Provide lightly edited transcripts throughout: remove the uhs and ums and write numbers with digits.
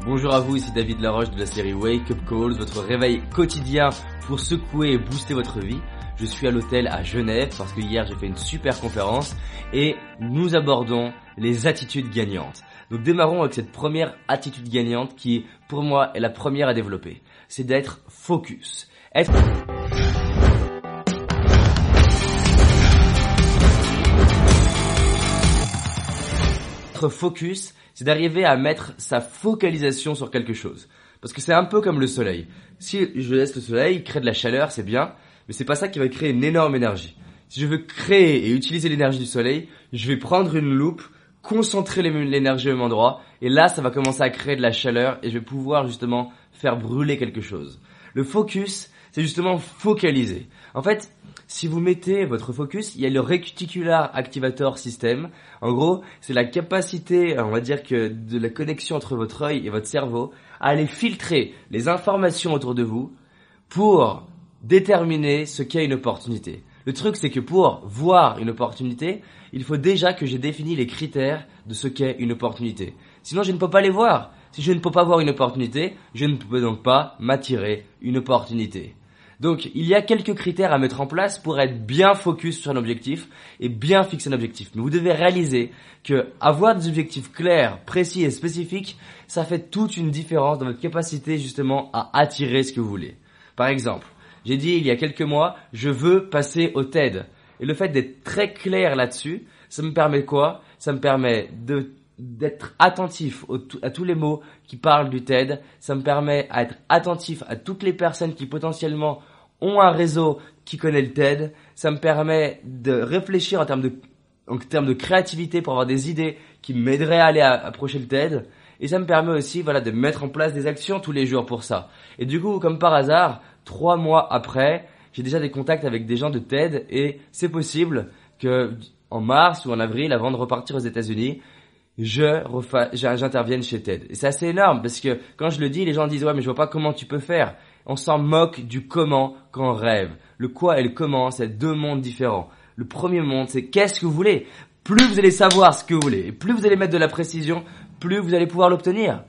Bonjour à vous, ici David Laroche de la série Wake Up Calls, votre réveil quotidien pour secouer et booster votre vie. Je suis à l'hôtel à Genève parce que hier j'ai fait une super conférence et nous abordons les attitudes gagnantes. Donc démarrons avec cette première attitude gagnante qui pour moi est la première à développer. C'est d'être focus. Être focus, c'est d'arriver à mettre sa focalisation sur quelque chose. Parce que c'est un peu comme le soleil. Si je laisse le soleil créer de la chaleur, c'est bien, mais c'est pas ça qui va créer une énorme énergie. Si je veux créer et utiliser l'énergie du soleil, je vais prendre une loupe, concentrer l'énergie au même endroit, et là, ça va commencer à créer de la chaleur et je vais pouvoir justement faire brûler quelque chose. Le focus, c'est justement focaliser. En fait, si vous mettez votre focus, il y a le Reticular Activator System. En gros, c'est la capacité, on va dire que de la connexion entre votre œil et votre cerveau, à aller filtrer les informations autour de vous pour déterminer ce qu'est une opportunité. Le truc, c'est que pour voir une opportunité, il faut déjà que j'ai défini les critères de ce qu'est une opportunité. Sinon, je ne peux pas les voir. Si je ne peux pas voir une opportunité, je ne peux donc pas m'attirer une opportunité. Donc, il y a quelques critères à mettre en place pour être bien focus sur un objectif et bien fixer un objectif. Mais vous devez réaliser que avoir des objectifs clairs, précis et spécifiques, ça fait toute une différence dans votre capacité justement à attirer ce que vous voulez. Par exemple, j'ai dit il y a quelques mois, je veux passer au TED. Et le fait d'être très clair là-dessus, ça me permet quoi? Ça me permet d'être attentif à tous les mots qui parlent du TED. Ça me permet d'être attentif à toutes les personnes qui potentiellement ont un réseau qui connaît le TED. Ça me permet de réfléchir en termes de créativité pour avoir des idées qui m'aideraient à aller approcher le TED. Et ça me permet aussi, de mettre en place des actions tous les jours pour ça. Et du coup, comme par hasard, 3 mois après, j'ai déjà des contacts avec des gens de TED et c'est possible que en mars ou en avril, avant de repartir aux États-Unis, j'intervienne chez TED. Et c'est assez énorme parce que quand je le dis, les gens disent « Ouais, mais je vois pas comment tu peux faire ». On s'en moque du comment quand on rêve. Le quoi et le comment, c'est deux mondes différents. Le premier monde, c'est qu'est-ce que vous voulez. Plus vous allez savoir ce que vous voulez et plus vous allez mettre de la précision, plus vous allez pouvoir l'obtenir.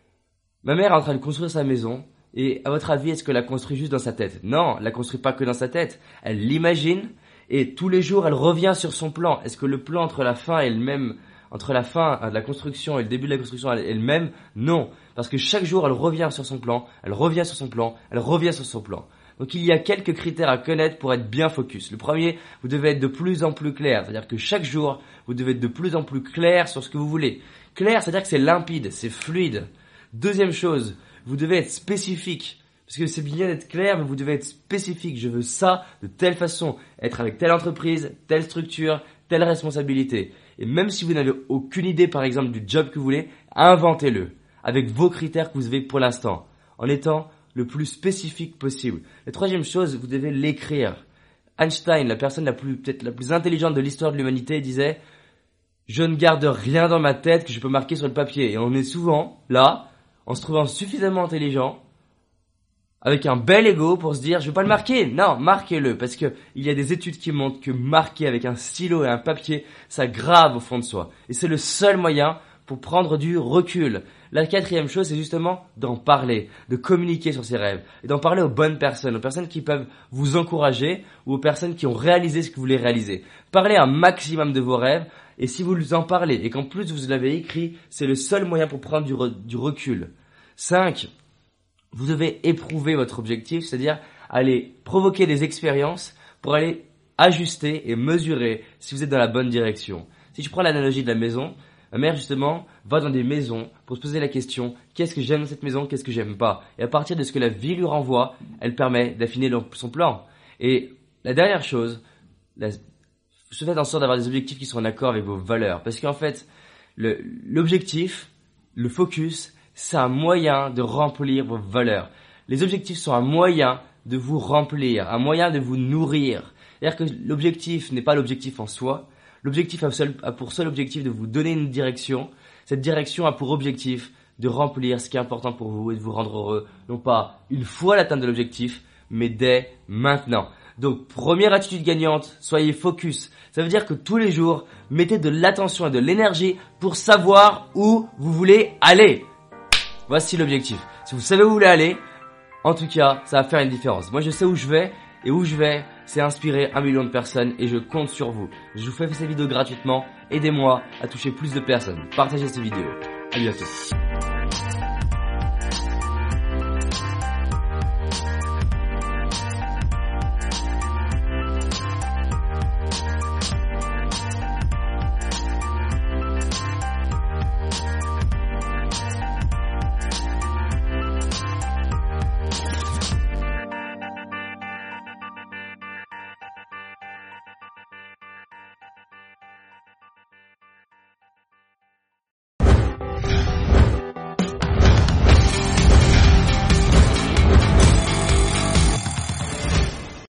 Ma mère est en train de construire sa maison et à votre avis, est-ce qu'elle la construit juste dans sa tête? Non, elle la construit pas que dans sa tête. Elle l'imagine et tous les jours, elle revient sur son plan. Est-ce que le plan entre la fin de la construction et le début de la construction est le même? Non. Parce que chaque jour, elle revient sur son plan, elle revient sur son plan, elle revient sur son plan. Donc il y a quelques critères à connaître pour être bien focus. Le premier, vous devez être de plus en plus clair. C'est-à-dire que chaque jour, vous devez être de plus en plus clair sur ce que vous voulez. Clair, c'est-à-dire que c'est limpide, c'est fluide. Deuxième chose, vous devez être spécifique. Parce que c'est bien d'être clair, mais vous devez être spécifique. Je veux ça de telle façon, être avec telle entreprise, telle structure, telle responsabilité. Et même si vous n'avez aucune idée, par exemple, du job que vous voulez, inventez-le avec vos critères que vous avez pour l'instant, en étant le plus spécifique possible. La troisième chose, vous devez l'écrire. Einstein, la personne peut-être la plus intelligente de l'histoire de l'humanité, disait « Je ne garde rien dans ma tête que je peux marquer sur le papier. » Et on est souvent là, en se trouvant suffisamment intelligent, avec un bel ego pour se dire je vais pas le marquer. Non, marquez-le parce que il y a des études qui montrent que marquer avec un stylo et un papier, ça grave au fond de soi. Et c'est le seul moyen pour prendre du recul. La quatrième chose, c'est justement d'en parler, de communiquer sur ses rêves et d'en parler aux bonnes personnes, aux personnes qui peuvent vous encourager ou aux personnes qui ont réalisé ce que vous voulez réaliser. Parlez un maximum de vos rêves et si vous en parlez et qu'en plus vous l'avez écrit, c'est le seul moyen pour prendre du recul. 5. Vous devez éprouver votre objectif, c'est-à-dire aller provoquer des expériences pour aller ajuster et mesurer si vous êtes dans la bonne direction. Si je prends l'analogie de la maison, ma mère justement va dans des maisons pour se poser la question qu'est-ce que j'aime dans cette maison, qu'est-ce que j'aime pas. Et à partir de ce que la vie lui renvoie, elle permet d'affiner son plan. Et la dernière chose, faites en sorte d'avoir des objectifs qui sont en accord avec vos valeurs. Parce qu'en fait, l'objectif, le focus, c'est un moyen de remplir vos valeurs. Les objectifs sont un moyen de vous remplir, un moyen de vous nourrir. C'est-à-dire que l'objectif n'est pas l'objectif en soi. L'objectif a pour seul objectif de vous donner une direction. Cette direction a pour objectif de remplir ce qui est important pour vous et de vous rendre heureux. Non pas une fois l'atteinte de l'objectif, mais dès maintenant. Donc, première attitude gagnante, soyez focus. Ça veut dire que tous les jours, mettez de l'attention et de l'énergie pour savoir où vous voulez aller. Voici l'objectif. Si vous savez où vous voulez aller, en tout cas, ça va faire une différence. Moi, je sais où je vais. Et où je vais, c'est inspirer 1 million de personnes et je compte sur vous. Je vous fais ces vidéos gratuitement. Aidez-moi à toucher plus de personnes. Partagez ces vidéos. À bientôt.